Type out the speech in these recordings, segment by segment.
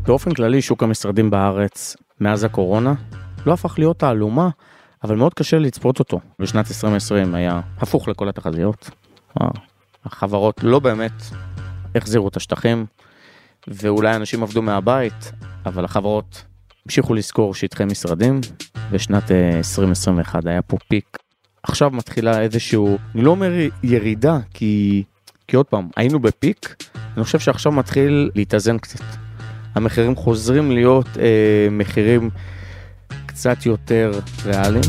באופן כללי, שוק המשרדים בארץ, מאז הקורונה, לא הפך להיות תעלומה, אבל מאוד קשה לצפות אותו. בשנת 2020 היה הפוך לכל התחזיות. החברות לא באמת החזירו את השטחים, ואולי אנשים עבדו מהבית, אבל החברות המשיכו לזכור שטחי משרדים. בשנת 2021 היה פה פיק. עכשיו מתחילה איזשהו, אני לא אומר ירידה, כי עוד פעם, היינו בפיק, אני חושב שעכשיו מתחיל להתאזן קצת. המחירים חוזרים להיות מחירים קצת יותר ריאליים.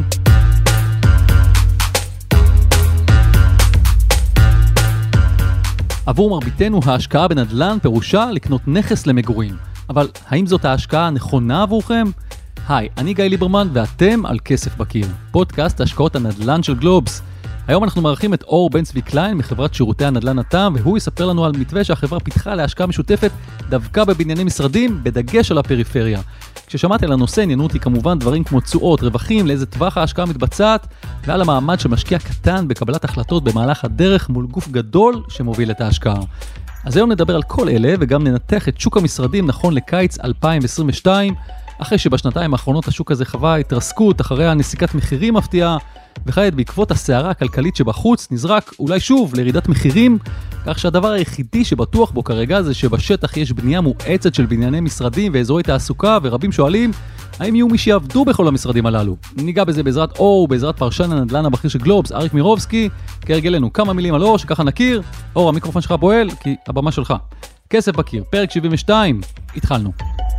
עבור מרביתנו ההשקעה בנדל"ן פירושה לקנות נכס למגורים. אבל האם זאת ההשקעה הנכונה עבורכם? היי, אני גיא ליברמן ואתם על כסף בקיר, פודקאסט השקעות הנדל"ן של גלובס. היום אנחנו מארחים את אור בן צבי קליין מחברת שירותי הנדל"ן התם, והוא יספר לנו על מתווה שהחברה פיתחה להשקעה משותפת דווקא בבנייני משרדים, בדגש על הפריפריה. כששמעתי על הנושא עניינו אותי כמובן דברים כמו תשואות, רווחים, לאיזה טווח ההשקעה מתבצעת, ועל המעמד של משקיע קטן בקבלת החלטות במהלך הדרך מול גוף גדול שמוביל את ההשקעה. אז היום נדבר על כל אלה וגם ננתח את שוק המשרדים נכון לקיץ 2022, אחרי שבשנתיים האחרונות השוק הזה חווה התרסקות אחרי הנסיקת מחירים מפתיעה, וכעת בעקבות הסערה הכלכלית שבחוץ נזרק אולי שוב לירידת מחירים, כך שהדבר היחידי שבטוח בו כרגע זה שבשטח יש בנייה מואצת של בנייני משרדים ואזורי תעסוקה, ורבים שואלים האם יהיו מי שיעבדו בכל המשרדים הללו. ניגע בזה בעזרת אור ובעזרת פרשן הנדל"ן הבכיר של גלובס, אריק מירובסקי. כהרגלנו כמה מילים על אור שככה נכיר. אור, המיקרופון שלך פועל כי הבמה שלך. כסף בקיר, פרק 72, התחלנו.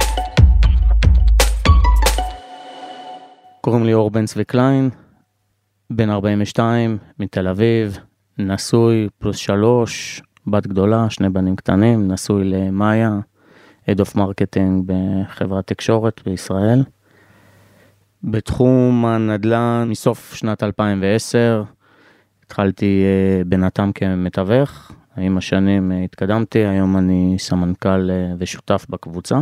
קוראים לי אור בן צבי קליין, בן 42, מתל אביב, נשוי +3, בת גדולה, 2 בנים קטנים, נשוי למאיה, Head of Marketing בחברת תקשורת בישראל. בתחום הנדל"ן, מסוף שנת 2010, התחלתי בנתם כמתווך, עם השנים התקדמתי, היום אני סמנכ"ל ושותף בקבוצה.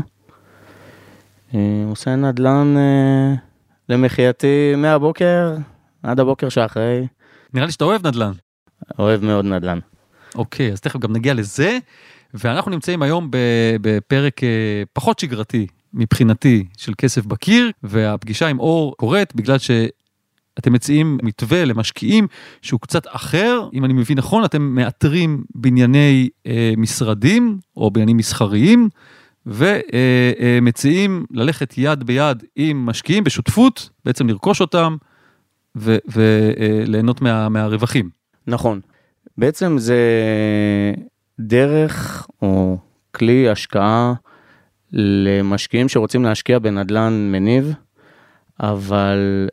עושה נדל"ן למחייתי מהבוקר עד הבוקר שאחרי. נראה לי שאתה אוהב נדל"ן. אוהב מאוד נדל"ן. אוקיי, אז תכף גם נגיע לזה, ואנחנו נמצאים היום בפרק פחות שגרתי מבחינתי של כסף בקיר, והפגישה עם אור קורית בגלל שאתם מציעים מתווה למשקיעים שהוא קצת אחר. אם אני מבין נכון, אתם מאתרים בנייני משרדים או בניינים מסחריים, ומציעים ללכת יד ביד עם משקיעים בשותפות, בעצם לרכוש אותם וליהנות מהרווחים. נכון. בעצם זה דרך או כלי השקעה למשקיעים שרוצים להשקיע בנדל"ן מניב, אבל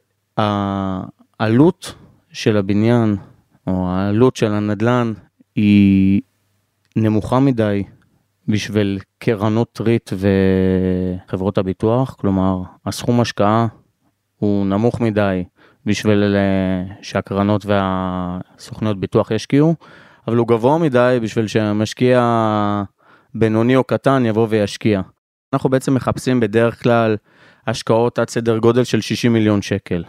העלות של הבניין או העלות של הנדל"ן היא נמוכה מדי בשביל קרנות ריט וחברות הביטוח, כלומר הסכום השקעה הוא נמוך מדי בשביל שהקרנות והסוכניות ביטוח ישקיעו, אבל הוא גבוה מדי בשביל שהמשקיע בינוני או קטן יבוא וישקיע. אנחנו בעצם מחפשים בדרך כלל השקעות עד סדר גודל של 60 מיליון שקל.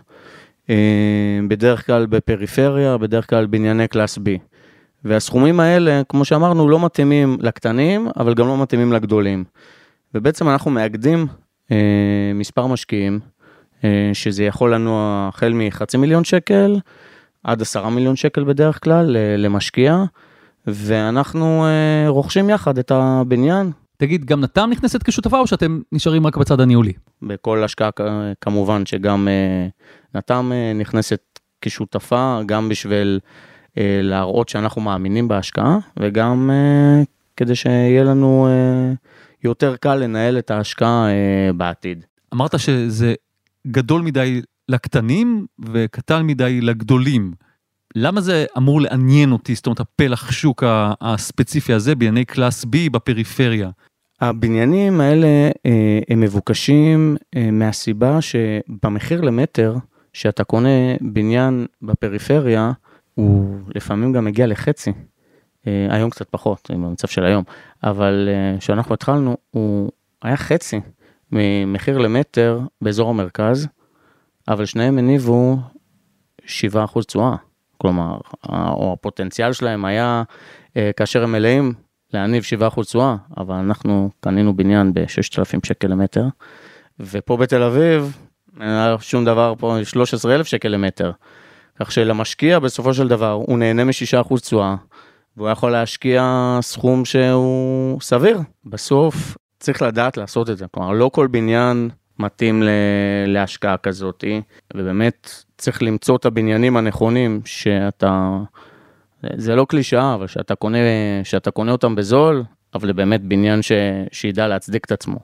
בדרך כלל בפריפריה, בדרך כלל בנייני קלאס B. והסכומים האלה, כמו שאמרנו, לא מתאימים לקטנים, אבל גם לא מתאימים לגדולים. ובעצם אנחנו מאגדים מספר משקיעים, שזה יכול לנוע החל מ500,000 שקל, עד 10 מיליון שקל בדרך כלל למשקיע, ואנחנו רוכשים יחד את הבניין. תגיד, גם נתם נכנסת כשותפה או שאתם נשארים רק בצד הניהולי? בכל השקעה כמובן שגם נתם נכנסת כשותפה, גם בשביל להראות שאנחנו מאמינים בהשקעה, וגם כדי שיהיה לנו יותר קל לנהל את ההשקעה בעתיד. אמרת שזה גדול מדי לקטנים וקטן מדי לגדולים. למה זה אמור לעניין אותי, זאת אומרת, הפלח שוק הספציפי הזה, בנייני קלאס B בפריפריה? הבניינים האלה הם מבוקשים מהסיבה שבמחיר למטר, שאתה קונה בניין בפריפריה, הוא לפעמים גם מגיע לחצי. היום קצת פחות, במצב של היום. אבל כשאנחנו התחלנו, הוא היה חצי ממחיר למטר באזור המרכז, אבל שניהם הניבו 7% תשואה. כלומר, או הפוטנציאל שלהם היה, כאשר הם מלאים, להניב 7% תשואה, אבל אנחנו קנינו בניין ב-6,000 שקל למטר, ופה בתל אביב, אין שום דבר פה, 13,000 שקל למטר. כך שלמשקיע בסופו של דבר, הוא נהנה מ6% תשואה, והוא יכול להשקיע סכום שהוא סביר. בסוף צריך לדעת לעשות את זה. כלומר, לא כל בניין מתאים להשקעה כזאת, ובאמת צריך למצוא את הבניינים הנכונים שאתה, זה לא קלישאה, אבל שאתה קונה אותם בזול, אבל זה באמת בניין שידע להצדיק את עצמו.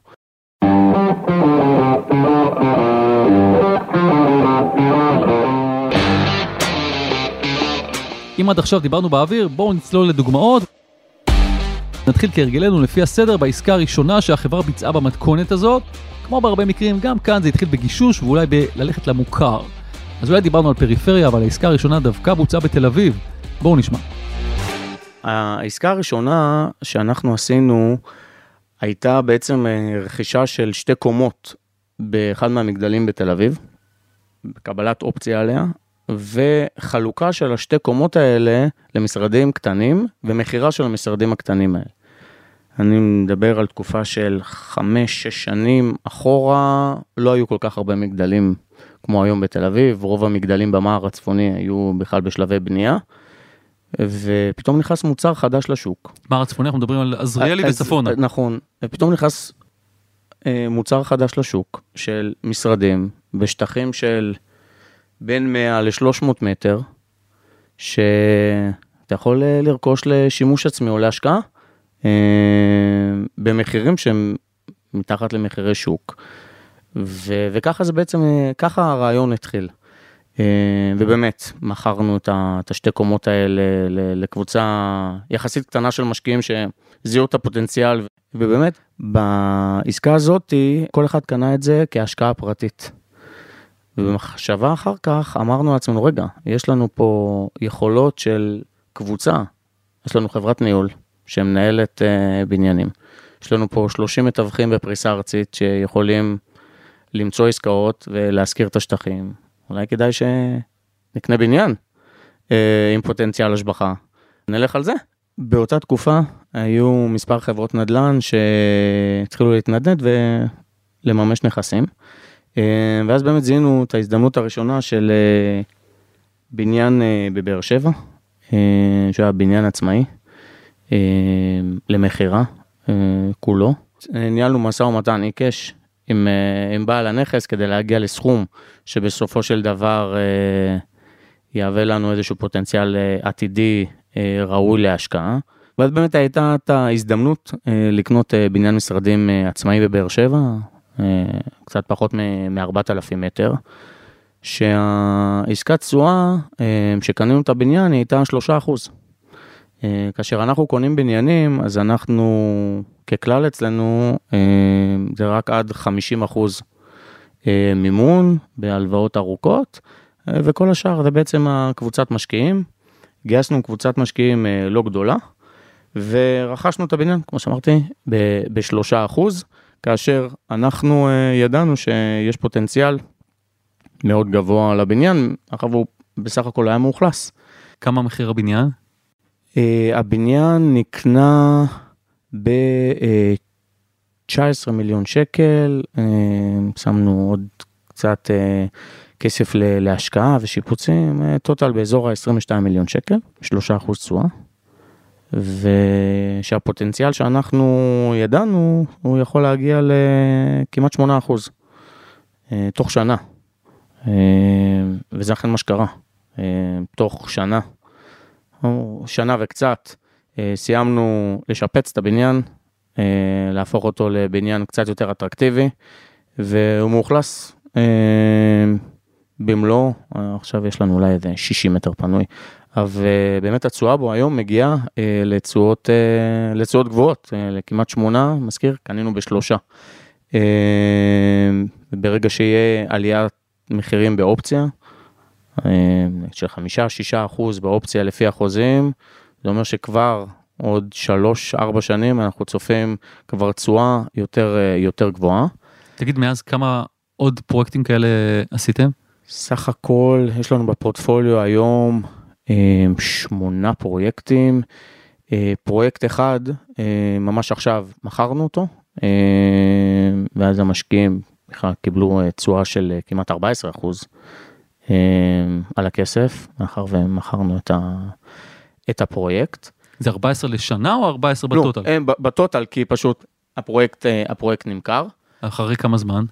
אם עד עכשיו דיברנו באוויר, בואו נצלול לדוגמאות. נתחיל כהרגלנו לפי הסדר בעסקה הראשונה שהחברה ביצעה במתכונת הזאת. כמו בהרבה מקרים, גם כאן זה התחיל בגישוש ואולי בללכת למוכר. אז אולי דיברנו על פריפריה, אבל העסקה הראשונה דווקא בוצעה בתל אביב. בואו נשמע. העסקה הראשונה שאנחנו עשינו הייתה בעצם רכישה של 2 קומות באחד מהמגדלים בתל אביב, בקבלת אופציה עליה, וחלוקה של 2 קומות האלה למשרדים קטנים, ומחירה של המשרדים הקטנים האלה. אני מדבר על תקופה של 5-6 שנים אחורה, לא היו כל כך הרבה מגדלים כמו היום בתל אביב, רוב המגדלים במער הצפוני היו בכלל בשלבי בנייה, ופתאום נכנס מוצר חדש לשוק. מער הצפוני, אנחנו מדברים על עזריאלי וצפונה. נכון, ופתאום נכנס מוצר חדש לשוק, של משרדים בשטחים של בין 100 ל-300 מטר, שאתה יכול לרכוש לשימוש עצמי או להשקעה, במחירים שהם מתחת למחירי שוק. וככה זה בעצם, ככה הרעיון התחיל. ובאמת, מכרנו את 2 קומות האלה לקבוצה יחסית קטנה של משקיעים שזיהו את הפוטנציאל, ובאמת, בעסקה הזאת, כל אחד קנה את זה כהשקעה פרטית. ובמחשבה אחר כך אמרנו לעצמנו, רגע, יש לנו פה יכולות של קבוצה, יש לנו חברת ניהול שמנהלת בניינים, יש לנו פה 30 מתווכים בפריסה ארצית שיכולים למצוא עסקאות ולהזכיר את השטחים, אולי כדאי שנקנה בניין עם פוטנציאל השבחה, נלך על זה. באותה תקופה היו מספר חברות נדל"ן שהתחילו להתנדנד ולממש נכסים, ואז באמת זיהינו את ההזדמנות הראשונה של בניין בבאר שבע, שהיה בניין עצמאי, למחירה כולו. ניהלנו משא ומתן עיקש עם בעל הנכס כדי להגיע לסכום שבסופו של דבר יהווה לנו איזשהו פוטנציאל עתידי ראוי להשקעה. ואז באמת הייתה את ההזדמנות לקנות בניין משרדים עצמאי בבאר שבע, קצת פחות מ-4,000 מטר, שהעסקת תשואה שקנינו את הבניין הייתה 3%. כאשר אנחנו קונים בניינים, אז אנחנו ככלל אצלנו, זה רק עד 50% מימון בהלוואות ארוכות, וכל השאר זה בעצם הקבוצת משקיעים. גייסנו קבוצת משקיעים לא גדולה, ורכשנו את הבניין, כמו שאמרתי, ב3%, כאשר אנחנו ידענו שיש פוטנציאל מאוד גבוה לבניין, אחר הוא בסך הכל היה מאוכלס. כמה מחיר הבניין? הבניין נקנה ב-19 מיליון שקל, שמנו עוד קצת כסף להשקעה ושיפוצים, טוטל באזור ה-22 מיליון שקל, 3% תשואה, ושהפוטנציאל שאנחנו ידענו, הוא יכול להגיע לכמעט 8%, תוך שנה, וזה אכן מה שקרה, תוך שנה וקצת, סיימנו לשפץ את הבניין, להפוך אותו לבניין קצת יותר אטרקטיבי, והוא מאוכלס במלוא, עכשיו יש לנו אולי איזה 60 מטר פנוי, אבל באמת התשואה בו היום מגיעה לתשואות גבוהות, לכמעט 8, מזכיר, קנינו ב3. ברגע שיהיה עליית מחירים באופציה, של 5-6% באופציה לפי החוזים, זה אומר שכבר עוד 3-4 שנים אנחנו צופים כבר תשואה יותר גבוהה. תגיד, מאז כמה עוד פרויקטים כאלה עשיתם? סך הכל יש לנו בפורטפוליו היום 8 פרויקטים, פרויקט אחד, ממש עכשיו מכרנו אותו, ואז המשקיעים בכלל קיבלו תשואה של כמעט 14% על הכסף, מאחר ומכרנו את הפרויקט. זה 14 לשנה או 14 בטוטל? לא, בטוטל, כי פשוט הפרויקט נמכר. אחרי כמה זמן?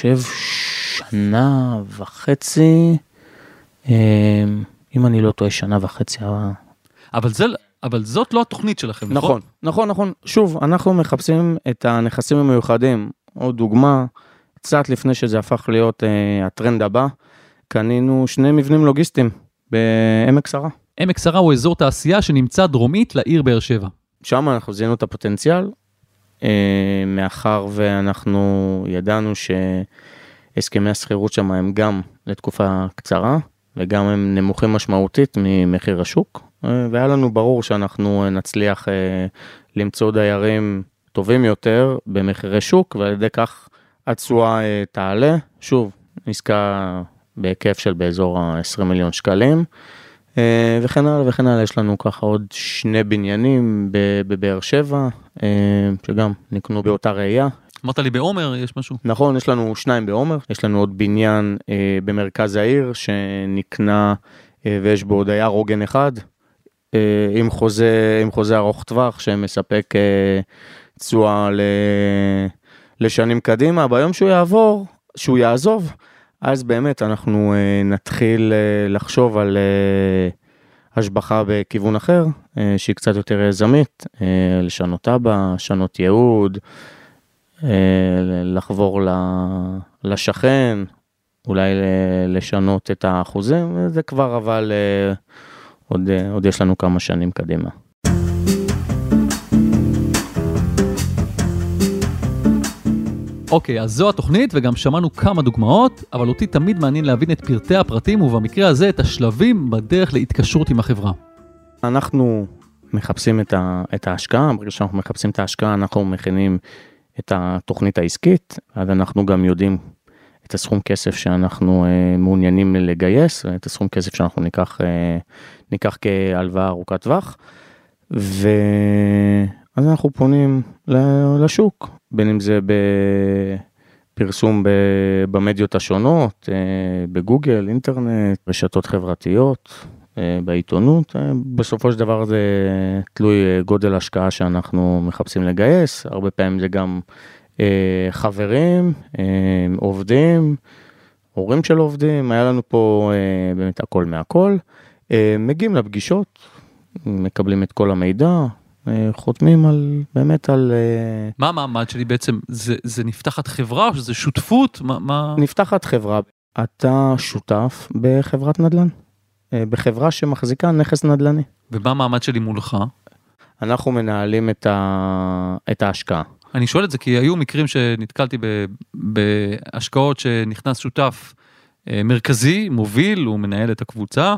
שנה וחצי, אם אני לא טועה, שנה וחצי. אבל זאת לא התוכנית שלכם, נכון? נכון. שוב, אנחנו מחפשים את הנכסים המיוחדים. עוד דוגמה, קצת לפני שזה הפך להיות הטרנד הבא, קנינו 2 מבנים לוגיסטיים בעמק שרה. עמק שרה הוא אזור תעשייה שנמצא דרומית לעיר באר שבע. שם אנחנו זיהינו את הפוטנציאל, מאחר ואנחנו ידענו שהסכמי השכירות שם הם גם לתקופה קצרה, וגם הם נמוכים משמעותית ממחיר השוק, והיה לנו ברור שאנחנו נצליח למצוא דיירים טובים יותר במחירי שוק, ועל ידי כך התשואה תעלה. שוב, עסקה בהיקף של באזור ה-20 מיליון שקלים, וכן הלאה, יש לנו ככה עוד 2 בניינים בבאר שבע, שגם נקנו באותה ראייה. אמרת לי בעומר, יש משהו? נכון, יש לנו 2 בעומר, יש לנו עוד בניין במרכז העיר שנקנה, ויש בו דייר עוגן אחד, עם חוזה ארוך טווח שמספק תשואה לשנים קדימה. ביום שהוא יעזוב, אז באמת אנחנו נתחיל לחשוב על השבחה בכיוון אחר, שהיא קצת יותר יזמית, לשנות אבא, לשנות ייעוד, לחבור לשכן, אולי לשנות את האחוזים, זה כבר אבל עוד יש לנו כמה שנים קדימה. אוקיי, אז זו התוכנית וגם שמענו כמה דוגמאות, אבל אותי תמיד מעניין להבין את פרטי הפרטים, ובמקרה הזה את השלבים בדרך להתקשרות עם החברה. אנחנו מחפשים את ההשקעה, ברגע שאנחנו מחפשים את ההשקעה, אנחנו מכינים את התוכנית העסקית, אז אנחנו גם יודעים את הסכום כסף שאנחנו מעוניינים לגייס, את הסכום כסף שאנחנו ניקח כהלוואה ארוכת טווח, ואז אנחנו פונים לשוק, בין אם זה בפרסום במדיות השונות, בגוגל, אינטרנט, רשתות חברתיות, בעיתונות. בסופו של דבר זה תלוי גודל השקעה שאנחנו מחפשים לגייס, הרבה פעמים זה גם חברים, עובדים, הורים של עובדים, היה לנו פה באמת הכל מהכל, מגיעים לפגישות, מקבלים את כל המידע, חותמים באמת על... מה המעמד שלי בעצם? זה נפתחת חברה או שזה שותפות? נפתחת חברה, אתה שותף בחברת נדל"ן, בחברה שמחזיקה נכס נדל"ני. ומה המעמד שלי מולך? אנחנו מנהלים את ההשקעה. אני שואל את זה כי היו מקרים שנתקלתי בהשקעות שנכנס שותף מרכזי, מוביל, הוא מנהל את הקבוצה,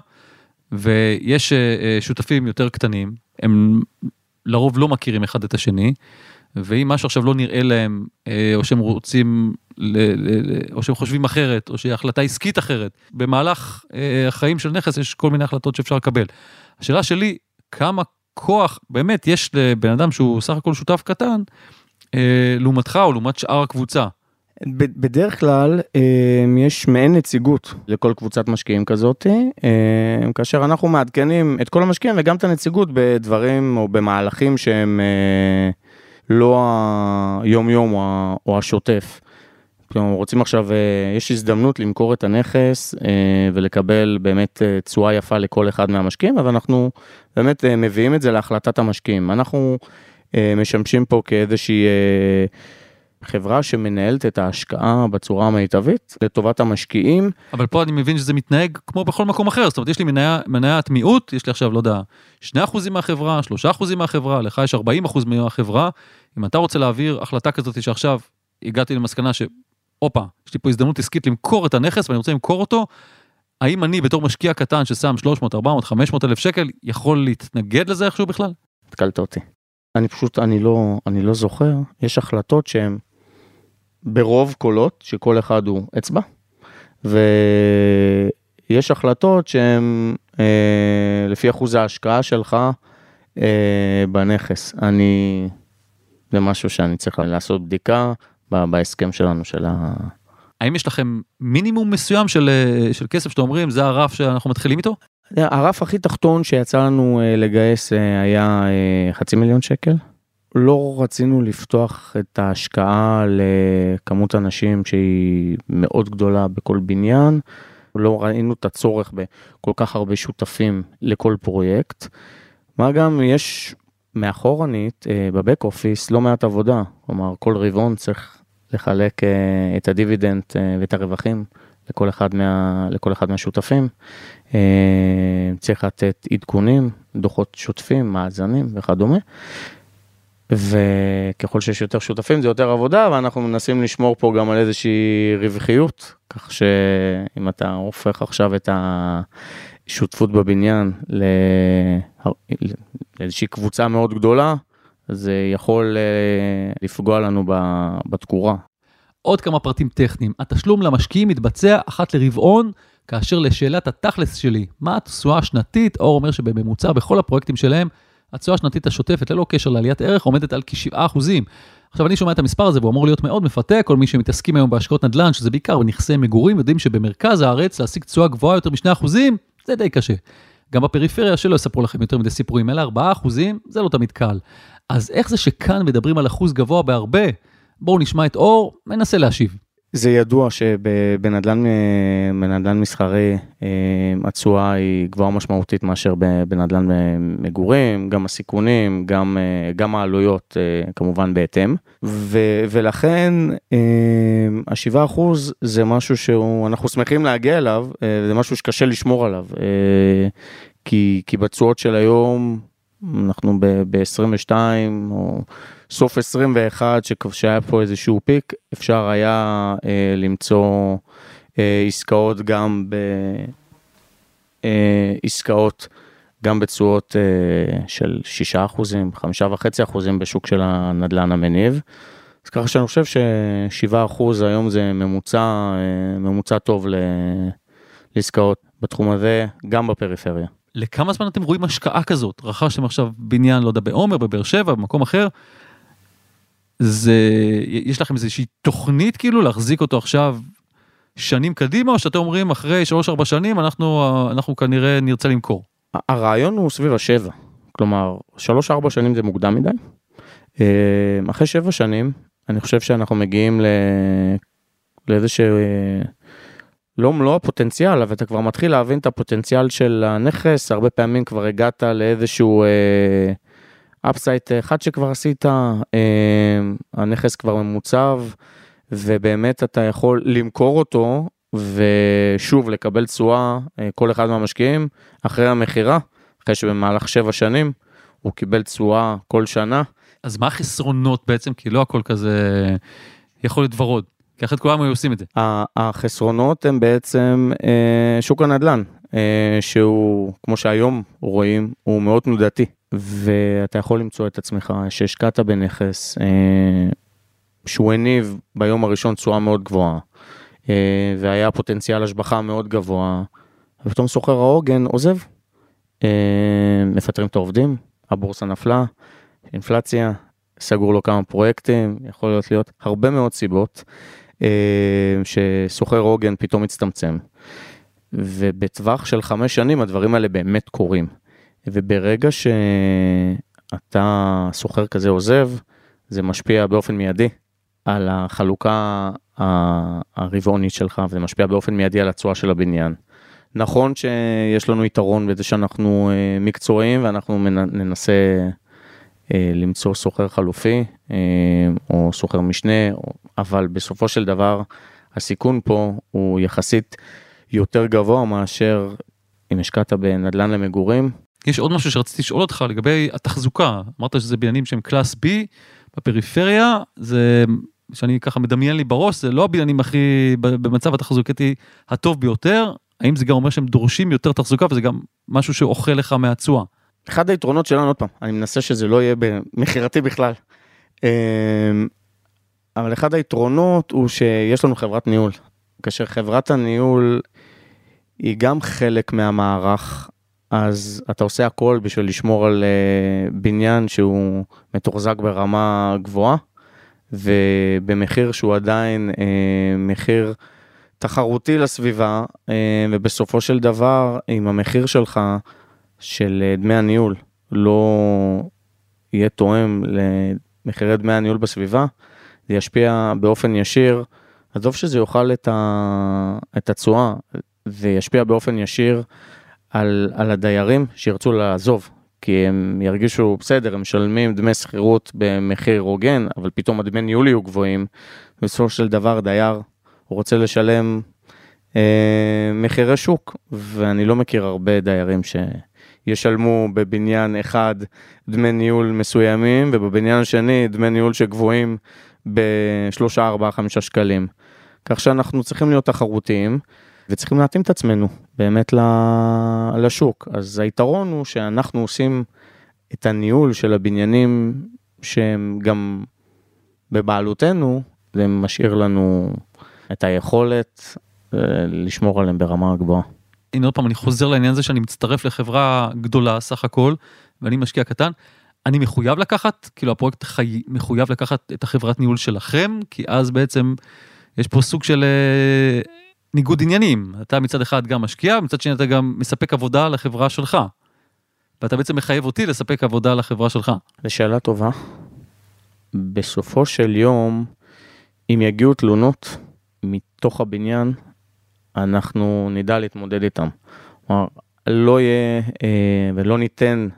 ויש שותפים יותר קטנים, הם לרוב לא מכירים אחד את השני, ואם משהו עכשיו לא נראה להם, או שהם רוצים, או שהם חושבים אחרת, או שהחלטה עסקית אחרת, במהלך החיים של נכס יש כל מיני החלטות שאפשר לקבל. השאלה שלי, כמה כוח באמת יש לבן אדם שהוא סך הכל שותף קטן, לעומתך או לעומת שאר הקבוצה? בדרך כלל יש מעין נציגות לכל קבוצת משקיעים כזאת, כאשר אנחנו מעדכנים את כל המשקיעים וגם את הנציגות בדברים או במהלכים שהם לא היום-יום או השוטף. רוצים עכשיו, יש הזדמנות למכור את הנכס ולקבל באמת תשואה יפה לכל אחד מהמשקיעים, אבל אנחנו באמת מביאים את זה להחלטת המשקיעים. אנחנו משמשים פה כאיזושהי חברה שמנהלת את ההשקעה בצורה המיטבית לטובת המשקיעים. אבל פה אני מבין שזה מתנהג כמו בכל מקום אחר, זאת אומרת יש לי מניית מיעוט, יש לי עכשיו לא יודע 2% מהחברה, 3% מהחברה, לך יש 40% מהחברה, אם אתה רוצה להעביר החלטה כזאת שעכשיו הגעתי למסקנה אופה, יש לי פה הזדמנות עסקית למכור את הנכס, ואני רוצה למכור אותו, האם אני בתור משקיע קטן ששם 300, 400, 500 אלף שקל, יכול להתנגד לזה איכשהו בכלל? התקלת אותי. אני לא זוכר, יש החלטות שהן ברוב קולות, שכל אחד הוא אצבע, ויש החלטות שהן לפי אחוז ההשקעה שלך, בנכס. זה משהו שאני צריך לעשות בדיקה בהסכם שלנו האם יש לכם מינימום מסוים של כסף שאתם אומרים, זה הרף שאנחנו מתחילים איתו? הרף הכי תחתון שיצא לנו לגייס היה 500,000 שקל. לא רצינו לפתוח את ההשקעה לכמות אנשים שהיא מאוד גדולה בכל בניין. לא ראינו את הצורך בכל כך הרבה שותפים לכל פרויקט. מה גם יש מאחורנית בבק אופיס לא מעט עבודה. כלומר, כל רבעון צריך לחלק את הדיבידנד ואת הרווחים לכל אחד מהשותפים. צריך לתת עדכונים, דוחות שוטפים, מאזנים וכדומה. וככל שיש יותר שותפים זה יותר עבודה, ואנחנו מנסים לשמור פה גם על איזושהי רווחיות, כך שאם אתה הופך עכשיו את השותפות בבניין לאיזושהי קבוצה מאוד גדולה, זה יכול לפגוע לנו בתקורה. עוד כמה פרטים טכניים. התשלום למשקיעים מתבצע אחת לרבעון, כאשר לשאלת התכלס שלי, מה התשואה השנתית, אור אומר שבממוצע בכל הפרויקטים שלהם, התשואה השנתית השוטפת ללא קשר לעליית ערך עומדת על כ7%. עכשיו אני שומע את המספר הזה והוא אמור להיות מאוד מפתה, כל מי שמתעסקים היום בהשקעות נדל"ן, שזה בעיקר בנכסי מגורים, יודעים שבמרכז הארץ להשיג תשואה גבוהה יותר מ2%, זה די קשה. גם בפריפריה שלא יספרו לכם יותר מדי סיפורים, אלא 4%, זה לא תמיד קל. אז איך זה שכאן מדברים על אחוז גבוה בהרבה? בואו נשמע את אור, מנסה להשיב. זה ידוע שבנדל"ן מסחרי התשואה היא גבוהה משמעותית מאשר בנדל"ן מגורים, גם הסיכונים, גם העלויות כמובן בהתאם, ולכן ה7% זה משהו שאנחנו שמחים להגיע אליו, זה משהו שקשה לשמור עליו, כי בתשואות של היום אנחנו ב-22 או סוף 21 שהיה פה איזשהו פיק, אפשר היה למצוא עסקאות גם בתשואות של 6%, 5.5% בשוק של הנדל"ן המניב. אז ככה שאני חושב ש7% היום זה ממוצע טוב לעסקאות בתחום הזה, גם בפריפריה. לכמה זמן אתם רואים השקעה כזאת? רכשתם עכשיו בניין, לא יודע, בעומר, בבאר שבע, במקום אחר, יש לכם איזושהי תוכנית כאילו להחזיק אותו עכשיו שנים קדימה, או שאתם אומרים אחרי 3-4 שנים אנחנו כנראה נרצה למכור? הרעיון הוא סביב 7, כלומר 3-4 שנים זה מוקדם מדי. אחרי 7 שנים אני חושב שאנחנו מגיעים לאיזשהו לא מלוא הפוטנציאל, אבל אתה כבר מתחיל להבין את הפוטנציאל של הנכס, הרבה פעמים כבר הגעת לאיזשהו אפסייט אחד שכבר עשית, הנכס כבר ממוצב, ובאמת אתה יכול למכור אותו, ושוב לקבל תשואה, כל אחד מהמשקיעים, אחרי המחירה, אחרי שבמהלך 7 שנים, הוא קיבל תשואה כל שנה. אז מה החסרונות בעצם? כי לא הכל כזה יכול להיות ורוד. כי אחרת כולם היו עושים את זה. החסרונות הם בעצם שוק הנדל"ן, שהוא, כמו שהיום רואים, הוא מאוד תנודתי, ואתה יכול למצוא את עצמך שהשקעת בנכס, שהוא הניב ביום הראשון תשואה מאוד גבוהה, והיה פוטנציאל השבחה מאוד גבוה, ופתאום סוחר העוגן עוזב, מפטרים את העובדים, הבורסה נפלה, אינפלציה, סגור לו כמה פרויקטים, יכול להיות הרבה מאוד סיבות, שסוחר עוגן פתאום מצטמצם, ובטווח של 5 שנים הדברים האלה באמת קורים, וברגע שאתה סוחר כזה עוזב, זה משפיע באופן מיידי על החלוקה הרבעונית שלך, וזה משפיע באופן מיידי על התשואה של הבניין. נכון שיש לנו יתרון בזה שאנחנו מקצועיים, ואנחנו ננסה למצוא סוחר חלופי, או סוחר משנה, אבל בסופו של דבר, הסיכון פה הוא יחסית יותר גבוה מאשר אם השקעת בנדל"ן למגורים. יש עוד משהו שרציתי לשאול אותך לגבי התחזוקה. אמרת שזה בניינים שהם קלאס B בפריפריה, זה שאני ככה מדמיין לי בראש, זה לא הבניינים הכי במצב התחזוקתי הטוב ביותר. האם זה גם אומר שהם דורשים יותר תחזוקה, וזה גם משהו שאוכל לך מהתשואה? אחד היתרונות שלנו, עוד פעם, אני מנסה שזה לא יהיה במחירתי בכלל, אבל אחד היתרונות הוא שיש לנו חברת ניהול, כאשר חברת הניהול היא גם חלק מהמערך אז אתה עושה הכל בשביל לשמור על בניין שהוא מתוחזק ברמה גבוהה, ובמחיר שהוא עדיין מחיר תחרותי לסביבה, ובסופו של דבר, אם המחיר שלך של דמי הניהול לא יהיה תואם למחירי דמי הניהול בסביבה, זה ישפיע באופן ישיר, עזוב שזה יאכל את התשואה, זה ישפיע באופן ישיר על הדיירים שירצו לעזוב, כי הם ירגישו בסדר, הם משלמים דמי שכירות במחיר הוגן, אבל פתאום הדמי ניהול יהיו גבוהים, בסופו של דבר דייר הוא רוצה לשלם מחירי שוק, ואני לא מכיר הרבה דיירים שישלמו בבניין אחד דמי ניהול מסוימים, ובבניין השני דמי ניהול שגבוהים ב3, 4, 5 שקלים. כך שאנחנו צריכים להיות תחרותיים, וצריכים להתאים את עצמנו באמת לשוק. אז היתרון הוא שאנחנו עושים את הניהול של הבניינים שהם גם בבעלותנו, זה משאיר לנו את היכולת לשמור עליהם ברמה גבוהה. הנה עוד פעם, אני חוזר לעניין הזה שאני מצטרף לחברה גדולה סך הכל, ואני משקיע קטן. אני מחויב לקחת, כאילו הפרויקט מחויב לקחת את החברת ניהול שלכם, כי אז בעצם יש פה סוג של ניגוד עניינים. אתה מצד אחד גם משקיע, מצד שני אתה גם מספק עבודה לחברה שלך. ואתה בעצם מחייב אותי לספק עבודה לחברה שלך. זו שאלה טובה. בסופו של יום, אם יגיעו תלונות מתוך הבניין, אנחנו נדע להתמודד איתם. כלומר, לא יהיה ולא ניתן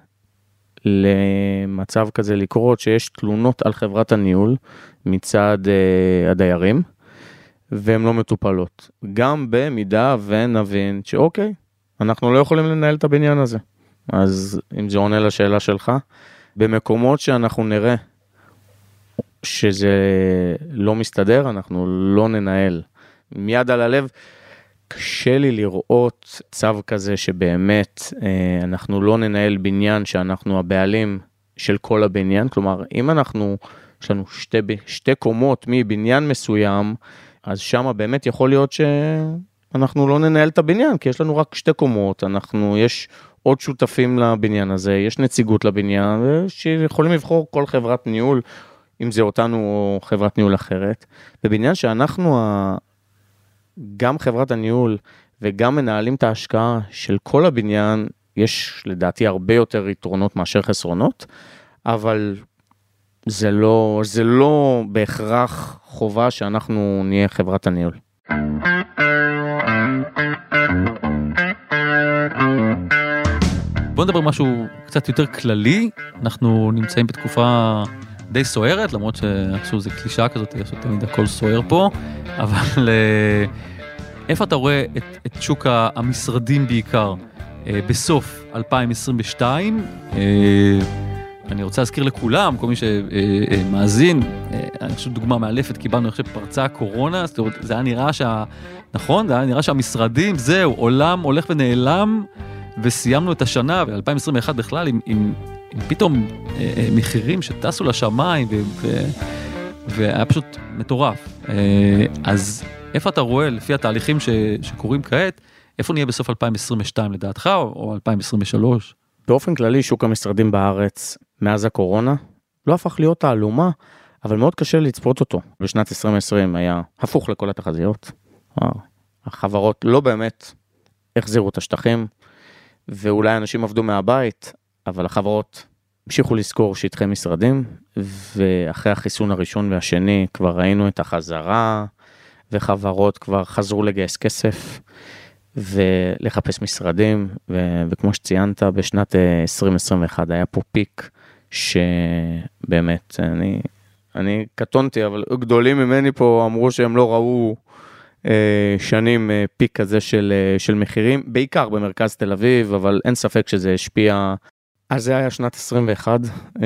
למצב כזה לקרות שיש תלונות על חברת הניהול מצד הדיירים, והן לא מטופלות. גם במידה ונבין שאוקיי, אנחנו לא יכולים לנהל את הבניין הזה. אז אם זה עונה לשאלה שלך, במקומות שאנחנו נראה שזה לא מסתדר, אנחנו לא ננהל. מיד על הלב, קשה לי לראות צו כזה שבאמת אנחנו לא ננהל בניין שאנחנו הבעלים של כל הבניין. כלומר, אם יש לנו שתי קומות מבניין מסוים, אז שם באמת יכול להיות שאנחנו לא ננהל את הבניין, כי יש לנו רק 2 קומות, יש עוד שותפים לבניין הזה, יש נציגות לבניין, שיכולים לבחור כל חברת ניהול, אם זה אותנו או חברת ניהול אחרת. בבניין שאנחנו, גם חברת הניהול וגם מנהלים את ההשקעה של כל הבניין, יש לדעתי הרבה יותר יתרונות מאשר חסרונות, אבל זה לא בהכרח חובה שאנחנו נהיה חברת הניהול. בוא נדבר משהו קצת יותר כללי. אנחנו נמצאים בתקופה די סוערת, למרות שעשו זה קלישה כזאת, יש תמיד הכל סוער פה, אבל איפה אתה רואה את שוק המשרדים בעיקר בסוף 2022? אני רוצה להזכיר לכולם, כל מי שמאזין, אני חושב דוגמה מאלפת, קיבלנו עכשיו פרצה הקורונה, זה היה נראה נכון? זה היה נראה שהמשרדים, זהו, עולם הולך ונעלם, וסיימנו את השנה, ב-2021 בכלל, עם פתאום מחירים שטסו לשמיים, והיה פשוט מטורף. אז איפה אתה רואה, לפי התהליכים שקורים כעת, איפה נהיה בסוף 2022 לדעתך, או 2023? באופן כללי, שוק המשרדים בארץ, מאז הקורונה, לא הפך להיות תעלומה, אבל מאוד קשה לצפות אותו. בשנת 2020 היה הפוך לכל התחזיות. החברות לא באמת החזירו את השטחים, ואולי אנשים עבדו מהבית, אבל החברות המשיכו לזכור שטחי משרדים, ואחרי החיסון הראשון והשני כבר ראינו את החזרה, וחברות כבר חזרו לגייס כסף, ולחפש משרדים, וכמו שציינת, בשנת 2021 היה פה פיק, שבאמת, אני קטונתי, אבל גדולים ממני פה אמרו שהם לא ראו שנים פיק כזה של מחירים, בעיקר במרכז תל אביב, אבל אין ספק שזה השפיע. אז זה היה שנת 21,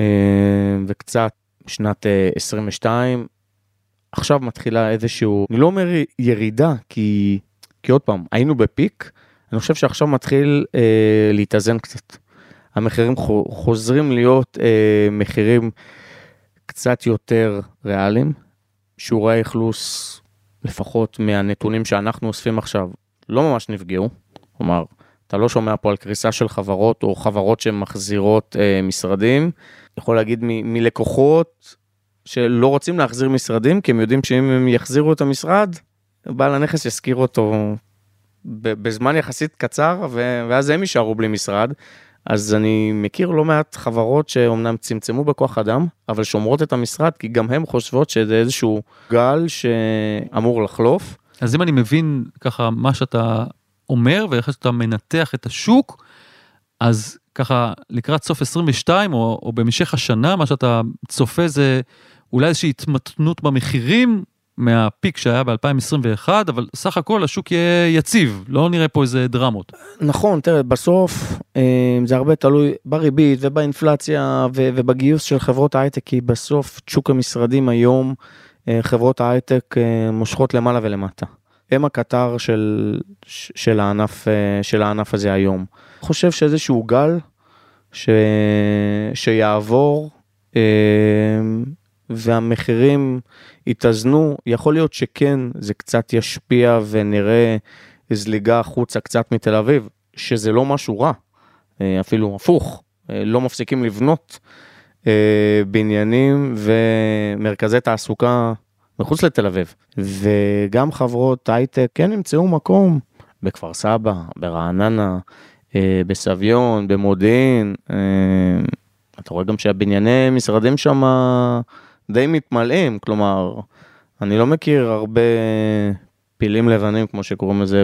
וקצת שנת 22, עכשיו מתחילה איזשהו, אני לא אומר ירידה, כי עוד פעם, היינו בפיק, אני חושב שעכשיו מתחיל להתאזן קצת. המחירים חוזרים להיות מחירים קצת יותר ריאליים, שיעורי האכלוס, לפחות מהנתונים שאנחנו אוספים עכשיו, לא ממש נפגעו. כלומר, אתה לא שומע פה על קריסה של חברות, או חברות שמחזירות משרדים. יכול להגיד מלקוחות שלא רוצים להחזיר משרדים, כי הם יודעים שאם הם יחזירו את המשרד, בעל הנכס יזכיר אותו בזמן יחסית קצר, ואז הם יישארו בלי משרד. אז אני מכיר לא מעט חברות שאומנם צמצמו בכוח אדם, אבל שומרות את המשרד, כי גם הם חושבות שזה איזשהו גל שאמור לחלוף. אז אם אני מבין ככה מה שאתה אומר, ואיך שאתה מנתח את השוק, אז ככה לקראת סוף 22, או במשך השנה, מה שאתה צופה זה אולי איזושהי התמתנות במחירים, מהפיק שהיה ב-2021, אבל סך הכל השוק יהיה יציב, לא נראה פה איזה דרמות. נכון, תראה, בסוף זה הרבה תלוי בריבית ובאינפלציה ובגיוס של חברות ההייטק, כי בסוף שוק המשרדים היום, חברות ההייטק מושכות למעלה ולמטה. הם הקטר של הענף הזה היום. אני חושב שאיזשהו גל שיעבור, והמחירים יתאזנו, יכול להיות שכן, זה קצת ישפיע ונראה זליגה החוצה קצת מתל אביב, שזה לא משהו רע, אפילו הפוך, לא מפסיקים לבנות בניינים ומרכזי תעסוקה מחוץ לתל אביב, וגם חברות הייטק כן נמצאו מקום בכפר סבא, ברעננה, בסביון, במודיעין, אתה רואה גם שהבנייני משרדים שם די מתמלאים, כלומר, אני לא מכיר הרבה פילים לבנים, כמו שקוראים לזה,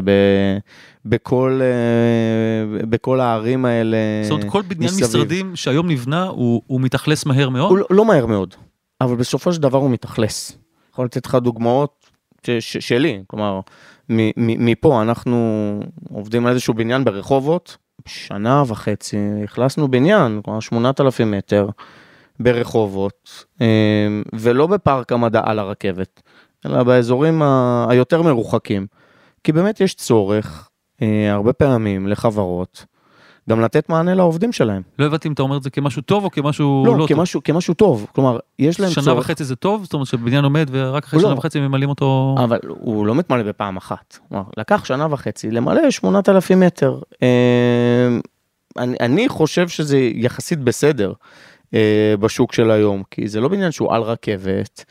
בכל הערים האלה. זאת אומרת, כל בניין משרדים שהיום נבנה, הוא מתאכלס מהר מאוד? הוא לא מהר מאוד, אבל בסופו של דבר הוא מתאכלס. יכול לתת לך דוגמאות שלי, כלומר, מפה אנחנו עובדים על איזשהו בניין ברחובות, שנה וחצי, הכלסנו בניין, כלומר 8,000 מטר ברחובות, ולא בפארק המדע על הרכבת, אלא באזורים היותר מרוחקים, כי באמת יש צורך, הרבה פעמים לחברות, גם לתת מענה לעובדים שלהם. לא הבנתי אם אתה אומר את זה כמשהו טוב או כמשהו לא טוב? לא, כמשהו טוב, כלומר, יש להם צורך. שנה וחצי זה טוב? זאת אומרת שבניין עומד ורק אחרי שנה וחצי ממלאים אותו? אבל הוא לא מתמלא בפעם אחת. כלומר, לקח שנה וחצי, למלא 8,000 מטר. אני חושב שזה יחסית בסדר בשוק של היום, כי זה לא בניין שהוא על רכבת,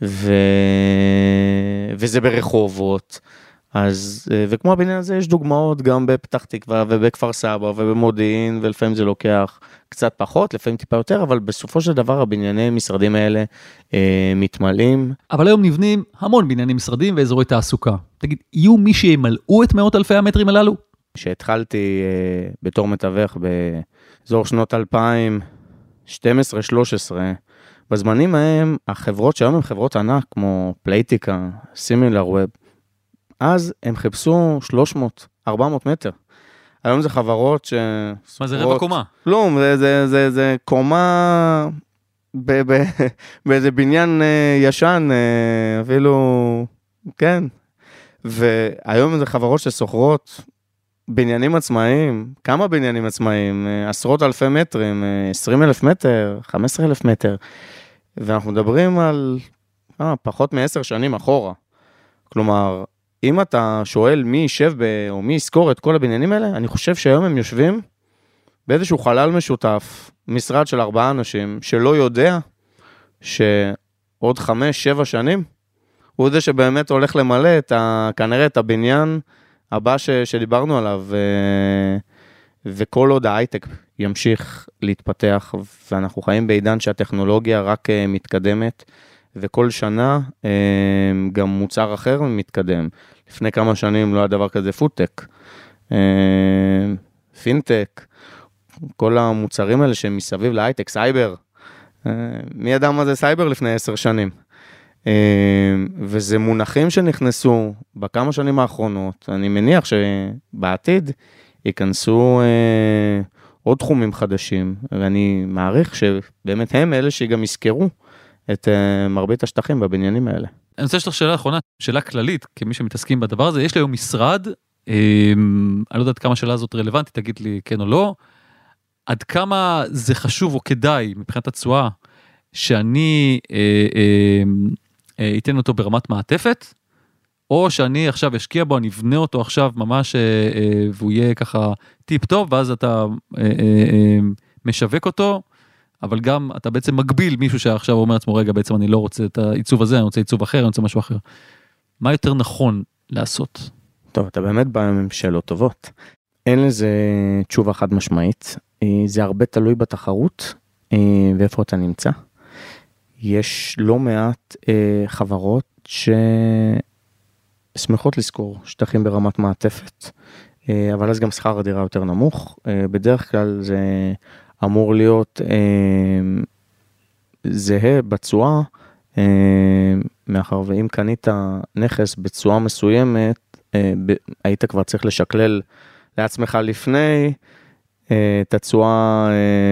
וזה ברחובות. אז, וכמו הבניין הזה יש דוגמאות גם בפתח תקווה ובכפר סבא ובמודיעין, ולפעמים זה לוקח קצת פחות, לפעמים טיפה יותר, אבל בסופו של דבר הבנייני משרדים האלה מתמלאים. אבל היום נבנים המון בנייני משרדים ואזורי תעסוקה. תגיד, יהיו מי שימלאו את מאות אלפי המטרים הללו? כשהתחלתי בתור מתווך באזור שנות 2012-13, בזמנים ההם החברות שהיום הן חברות ענק, כמו פלייטיקה, סימילר-ווב, אז הם חיפשו 300-400 מטר. היום זה חברות ש... מה זה רבע קומה? לא, זה קומה באיזה בניין ישן, אפילו, כן. והיום זה חברות שסוחרות בניינים עצמאיים, כמה בניינים עצמאיים, עשרות אלפי מטרים, 20,000 מטר, 15,000 מטר, ואנחנו מדברים על פחות מ10 שנים אחורה. כלומר, אם אתה שואל מי יישב או מי יזכור את כל הבניינים האלה, אני חושב שהיום הם יושבים באיזשהו חלל משותף, משרד של 4 אנשים, שלא יודע שעוד 5-7 שנים, הוא זה שבאמת הולך למלא כנראה את הבניין הבא שדיברנו עליו, וכל עוד ההייטק ימשיך להתפתח, ואנחנו חיים בעידן שהטכנולוגיה רק מתקדמת, וכל שנה גם מוצר אחר מתקדם. לפני כמה שנים לא היה דבר כזה פודטק, פינטק, כל המוצרים האלה שהם מסביב להייטק, סייבר. מי ידע מה זה סייבר לפני 10 שנים? וזה מונחים שנכנסו בכמה שנים האחרונות. אני מניח שבעתיד ייכנסו עוד תחומים חדשים, ואני מעריך שבאמת הם אלה שגם יזכרו את מרבית השטחים בבניינים האלה. אני רוצה לשאול שאלה אחרונה, שאלה כללית, כמי שמתעסקים בדבר הזה, יש לי היום משרד, אני לא יודעת כמה השאלה הזאת רלוונטית, תגיד לי כן או לא, עד כמה זה חשוב או כדאי מבחינת התשואה, שאני אתן אותו ברמת מעטפת, או שאני עכשיו אשקיע בו, אני אבנה אותו עכשיו ממש, והוא יהיה ככה טיפ טוב, ואז אתה משווק אותו, אבל גם אתה בעצם מגביל מישהו שעכשיו אומר לעצמו, רגע, בעצם אני לא רוצה את העיצוב הזה, אני רוצה עיצוב אחר, אני רוצה משהו אחר. מה יותר נכון לעשות? טוב, אתה באמת בא עם שאלות טובות. אין לזה תשובה חד משמעית. זה הרבה תלוי בתחרות, ואיפה אתה נמצא. יש לא מעט חברות ששמחות לזכור שטחים ברמת מעטפת, אבל אז גם שכר הדירה יותר נמוך. בדרך כלל זה אמור להיות זהה בצורה, מאחר ואם קנית נכס בצורה מסוימת, היית כבר צריך לשקלל לעצמך לפני את התשואה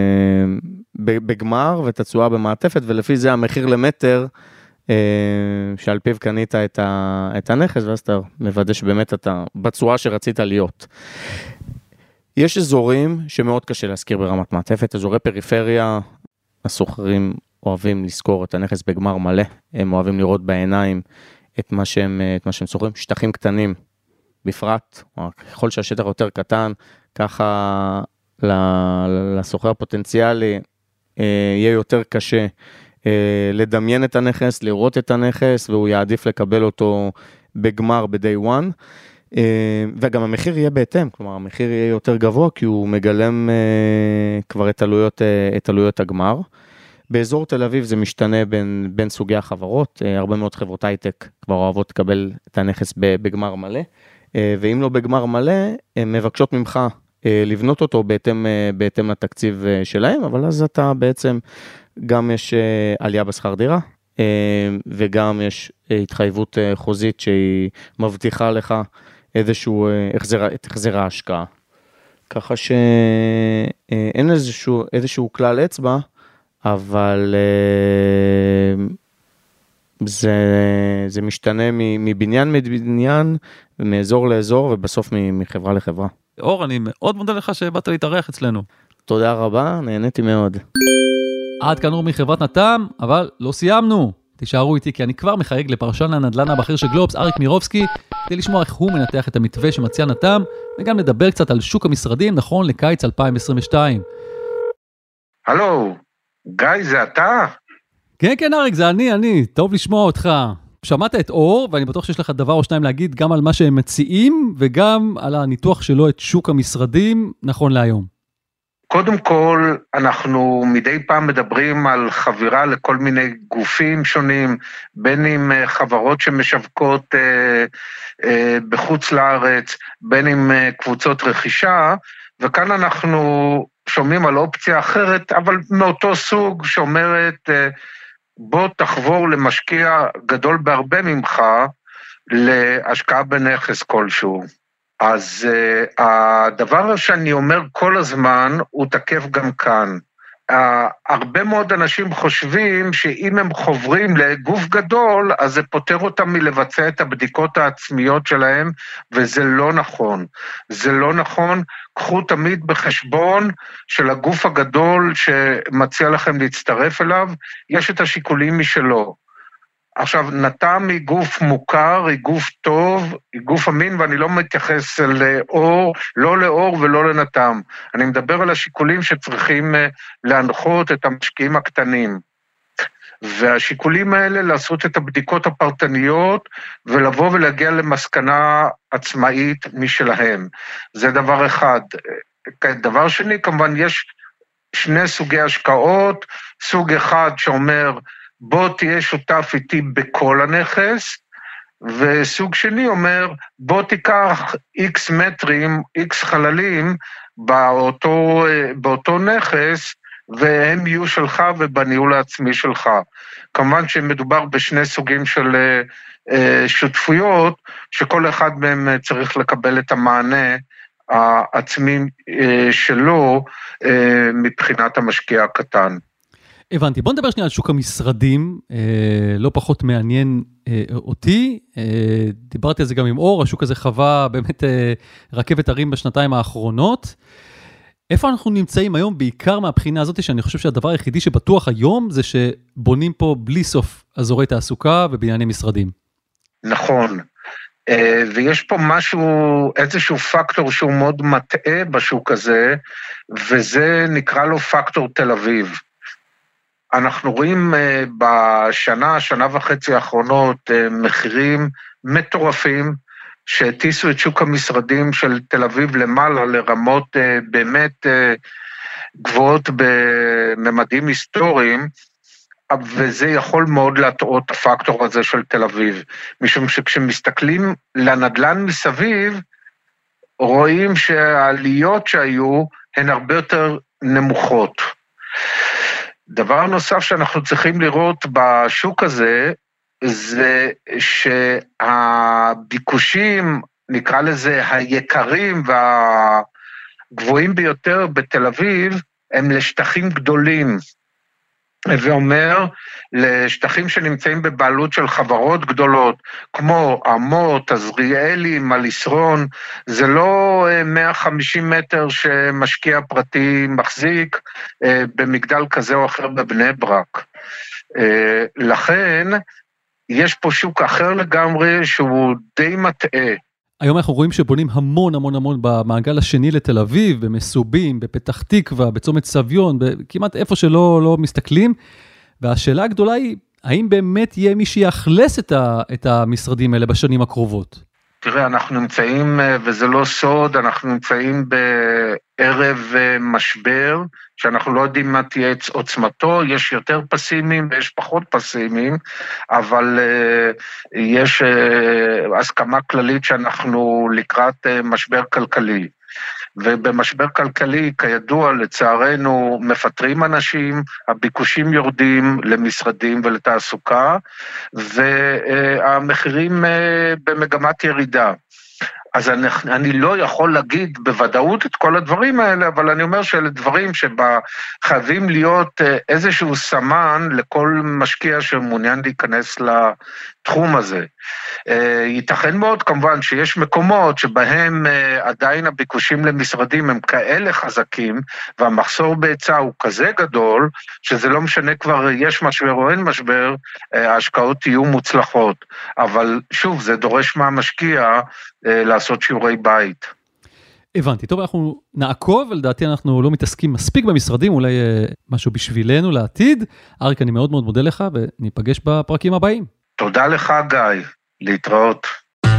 בגמר ואת התשואה במעטפת, ולפי זה המחיר למטר שעל פיו קנית את הנכס, ואז אתה מוודא שבאמת אתה בצורה שרצית להיות. יש אזורים שמאוד קשה להזכיר ברמת מעטפת, אזורי פריפריה, הסוחרים אוהבים לזכור את הנכס בגמר מלא, הם אוהבים לראות בעיניים את מה שהם סוחרים, שטחים קטנים בפרט, ככל שהשטח יותר קטן, ככה לסוחר הפוטנציאלי יהיה יותר קשה לדמיין את הנכס, לראות את הנכס, והוא יעדיף לקבל אותו בגמר ב-day one, וגם המחיר יהיה בהתאם, כלומר המחיר יהיה יותר גבוה, כי הוא מגלם כבר את עלויות הגמר. באזור תל אביב זה משתנה בין סוגי החברות, הרבה מאוד חברות הייטק כבר אוהבות לקבל את הנכס בגמר מלא, ואם לא בגמר מלא, הן מבקשות ממך לבנות אותו בהתאם לתקציב שלהם, אבל אז אתה בעצם, גם יש עלייה בשכר דירה, וגם יש התחייבות חוזית שהיא מבטיחה לך איזשהו החזר ההשקעה. ככה שאין איזשהו כלל אצבע, אבל זה משתנה מבניין לבניין, מאזור לאזור, ובסוף מחברה לחברה. אור, אני מאוד מודה לך שבאת להתארח אצלנו. תודה רבה, נהניתי מאוד. עד כאן אור מחברת נתם, אבל לא סיימנו. תישארו איתי, כי אני כבר מחייג לפרשן הנדל"ן הבכיר של גלובס, אריק מירובסקי, כדי לשמוע איך הוא מנתח את המתווה שמציע נתם, וגם לדבר קצת על שוק המשרדים נכון לקיץ 2022. הלו, גיא, זה אתה? כן, כן, אריק, זה אני. טוב לשמוע אותך. שמעת את אור, ואני בטוח שיש לך דבר או שניים להגיד גם על מה שהם מציעים, וגם על הניתוח שלו את שוק המשרדים נכון להיום. קודם כל, אנחנו מדי פעם מדברים על חבירה לכל מיני גופים שונים, בין אם חברות שמשווקות בחוץ לארץ, בין אם קבוצות רכישה, וכאן אנחנו שומעים על אופציה אחרת, אבל מאותו סוג שאומרת, בוא תחבור למשקיע גדול בהרבה ממך, להשקעה בנכס כלשהו. אז הדבר שאני אומר כל הזמן, הוא תקף גם כאן. הרבה מאוד אנשים חושבים שאם הם חוברים לגוף גדול, אז זה פותר אותם מלבצע את הבדיקות העצמיות שלהם, וזה לא נכון. זה לא נכון, קחו תמיד בחשבון של הגוף הגדול שמציע לכם להצטרף אליו, יש את השיקולים משלו. עכשיו, נתם היא גוף מוכר, היא גוף טוב, היא גוף אמין, ואני לא מתייחס לאור, לא לאור ולא לנתם. אני מדבר על השיקולים שצריכים להנחות את המשקיעים הקטנים. והשיקולים האלה, לעשות את הבדיקות הפרטניות, ולבוא ולהגיע למסקנה עצמאית משלהם. זה דבר אחד. דבר שני, כמובן, יש שני סוגי השקעות, סוג אחד שאומר, בוא תהיה שותף איתי בכל הנכס, וסוג שני אומר, בוא תיקח X מטרים, X חללים באותו נכס, והם יהיו שלך ובניהול העצמי שלך. כמובן שמדובר בשני סוגים של שותפויות, שכל אחד מהם צריך לקבל את המענה העצמי שלו, מבחינת המשקיע הקטן. הבנתי, בוא נדבר שנייה על שוק המשרדים, לא פחות מעניין אותי, דיברתי על זה גם עם אור, השוק הזה חווה באמת רכבת הרים בשנתיים האחרונות, איפה אנחנו נמצאים היום בעיקר מהבחינה הזאת, שאני חושב שהדבר היחידי שבטוח היום, זה שבונים פה בלי סוף אזורי תעסוקה ובנייני משרדים. נכון, ויש פה איזשהו פקטור שהוא מאוד מטעה בשוק הזה, וזה נקרא לו פקטור תל אביב. אנחנו רואים שנה וחצי האחרונות מחירים מטורפים, שהטיסו את שוק המשרדים של תל אביב למעלה לרמות באמת גבוהות בממדים היסטוריים, וזה יכול מאוד להטעות הפקטור הזה של תל אביב, משום שכשמסתכלים לנדלן מסביב, רואים שהעליות שהיו הן הרבה יותר נמוכות. דבר נוסף שאנחנו צריכים לראות בשוק הזה, זה שהביקושים, נקרא לזה היקרים והגבוהים ביותר בתל אביב, הם לשטחים גדולים. ואומר, לשטחים שנמצאים בבעלות של חברות גדולות, כמו עמות, עזריאלי, מליסרון, זה לא 150 מטר שמשקיע פרטי מחזיק במגדל כזה או אחר בבני ברק. לכן, יש פה שוק אחר לגמרי שהוא די מטעה. היום אנחנו רואים שבונים המון במעגל השני לתל אביב, במסובים, בפתח תקווה, בצומת סביון, כמעט איפה שלא מסתכלים, והשאלה הגדולה היא, האם באמת יהיה מי שיאכלס את המשרדים האלה בשנים הקרובות? תראה, אנחנו נמצאים, וזה לא סוד, אנחנו נמצאים בערב משבר, שאנחנו לא יודעים מה תהיה עוצמתו, יש יותר פסימיים ויש פחות פסימיים, אבל יש הסכמה כללית שאנחנו לקראת משבר כלכלי. ובמשבר כלכלי, כידוע, לצערנו, מפטרים אנשים, הביקושים יורדים למשרדים ולתעסוקה, והמחירים במגמת ירידה. אז אני לא יכול להגיד בוודאות את כל הדברים האלה, אבל אני אומר שאלה דברים שחייבים להיות איזשהו סמן לכל משקיע שמעוניין להיכנס לתחום הזה. ייתכן מאוד כמובן שיש מקומות שבהם עדיין הביקושים למשרדים הם כאלה חזקים, והמחסור בהיצע הוא כזה גדול, שזה לא משנה כבר יש משבר או אין משבר, ההשקעות יהיו מוצלחות. אבל שוב, זה דורש מהמשקיע לעשות שיעורי בית. הבנתי, טוב, אנחנו נעקוב, לדעתי אנחנו לא מתעסקים מספיק במשרדים, אולי משהו בשבילנו לעתיד. אריק, אני מאוד מודה לך, וניפגש בפרקים הבאים. תודה לך, גיא. להתראות.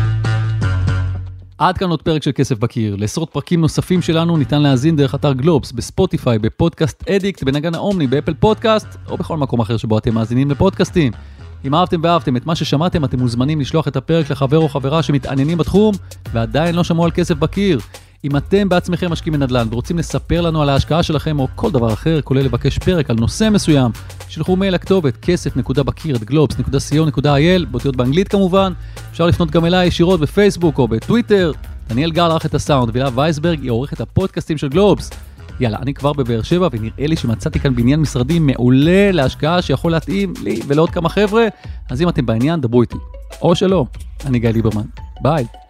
עד כאן עוד פרק של כסף בקיר. לעשרות פרקים נוספים שלנו ניתן להזין דרך אתר גלובס, בספוטיפיי, בפודקאסט אדיקט, בנגן האומני, באפל פודקאסט, או בכל מקום אחר שבו אתם מאזינים לפודקאסטים. אם אהבתם ואהבתם את מה ששמעתם, אתם מוזמנים לשלוח את הפרק לחבר או חברה שמתעניינים בתחום, ועדיין לא שמעו על כסף בקיר. אם אתם בעצמכם משקיעים בנדל"ן ורוצים לספר לנו על ההשקעה שלכם או כל דבר אחר, כולל לבקש פרק על נושא מסוים, שלחו מייל לכתובת כסף.בקיר@globes.co.il, באותיות באנגלית כמובן. אפשר לפנות גם אליי ישירות בפייסבוק או בטוויטר. דניאל גל ערך את הסאונד, והילה וייסברג היא עורכת הפודקאסטים של גלובס. יאללה, אני כבר בבאר שבע ונראה לי שמצאתי כאן בניין משרדים מעולה להשקעה שיכול להתאים לי ולעוד כמה חבר'ה, אז אם אתם בעניין, דברו איתי. או שלא, אני גיא ליברמן. ביי.